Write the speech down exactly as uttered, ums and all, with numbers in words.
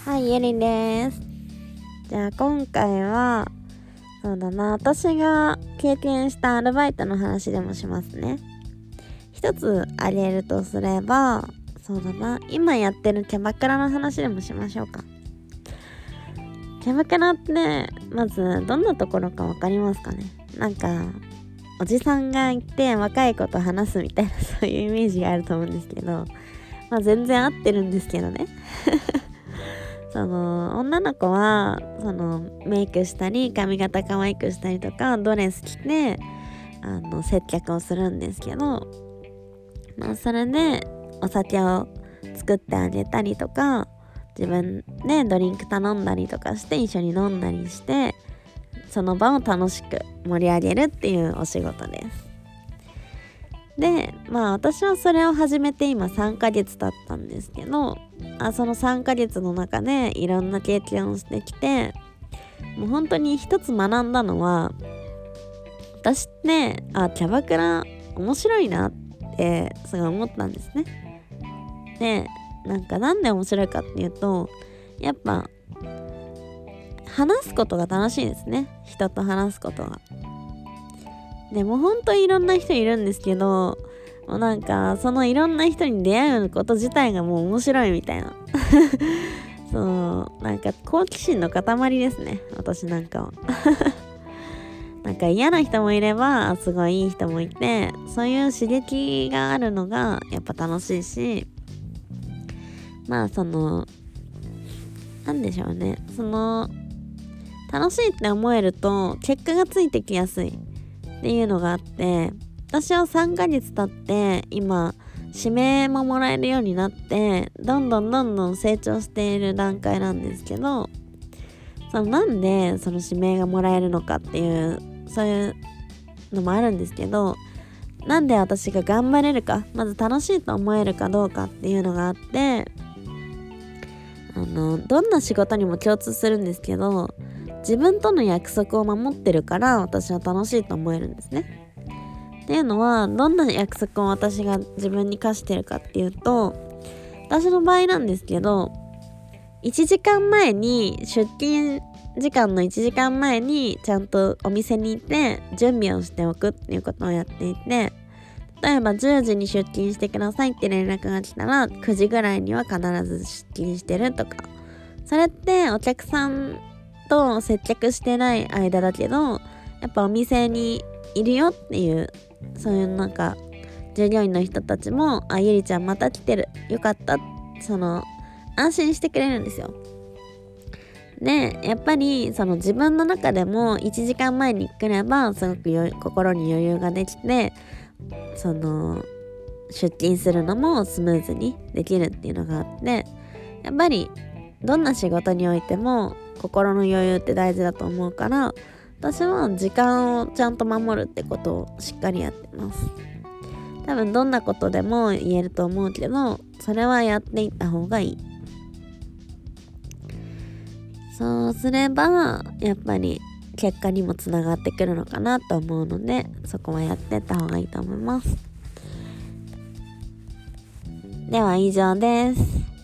はい、ゆりです。じゃあ今回はそうだな私が経験したアルバイトの話でもしますね。一つあげるとすれば、そうだな今やってるキャバクラの話でもしましょうか。キャバクラってまずどんなところかわかりますかね。なんかおじさんがいて若い子と話すみたいなそういうイメージがあると思うんですけど、まあ全然合ってるんですけどねその女の子はそのメイクしたり髪型可愛くしたりとかドレス着てあの接客をするんですけど、まあそれでお酒を作ってあげたりとか自分でドリンク頼んだりとかして一緒に飲んだりしてその場を楽しく盛り上げるっていうお仕事です。でまあ私はそれを始めて今さんかげつ経ったんですけど、あそのさんかげつの中でいろんな経験をしてきて、もう本当に一つ学んだのは、私ってあキャバクラ面白いなってすごい思ったんですね。でなんかなんで面白いかっていうと、やっぱ話すことが楽しいですね。人と話すことが。でもほんといろんな人いるんですけど、もうなんかそのいろんな人に出会うこと自体がもう面白いみたいなそうなんか好奇心の塊ですね、私なんかはなんか嫌な人もいればすごいいい人もいて、そういう刺激があるのがやっぱ楽しいし、まあそのなんでしょうね、その楽しいって思えると結果がついてきやすいっていうのがあって、私はさんかげつ経って今指名ももらえるようになってどんどんどんどん成長している段階なんですけど、そのなんでその指名がもらえるのかっていうそういうのもあるんですけど、なんで私が頑張れるか、まず楽しいと思えるかどうかっていうのがあって、あのどんな仕事にも共通するんですけど、自分との約束を守ってるから私は楽しいと思えるんですね。っていうのはどんな約束を私が自分に課してるかっていうと、私の場合なんですけど、いちじかんまえに出勤時間のいちじかんまえにちゃんとお店に行って準備をしておくっていうことをやっていて、例えばじゅうじに出勤してくださいって連絡が来たらくじぐらいには必ず出勤してるとか、それってお客さんと接客してない間だけどやっぱお店にいるよっていう、そういうなんか従業員の人たちもあゆりちゃんまた来てるよかった、その安心してくれるんですよ。でやっぱりその自分の中でもいちじかんまえに来ればすごくよ心に余裕ができて、その出勤するのもスムーズにできるっていうのがあって、やっぱりどんな仕事においても心の余裕って大事だと思うから、私は時間をちゃんと守るってことをしっかりやってます。多分どんなことでも言えると思うけど、それはやっていった方がいい。そうすればやっぱり結果にもつながってくるのかなと思うので、そこはやっていった方がいいと思います。では以上です。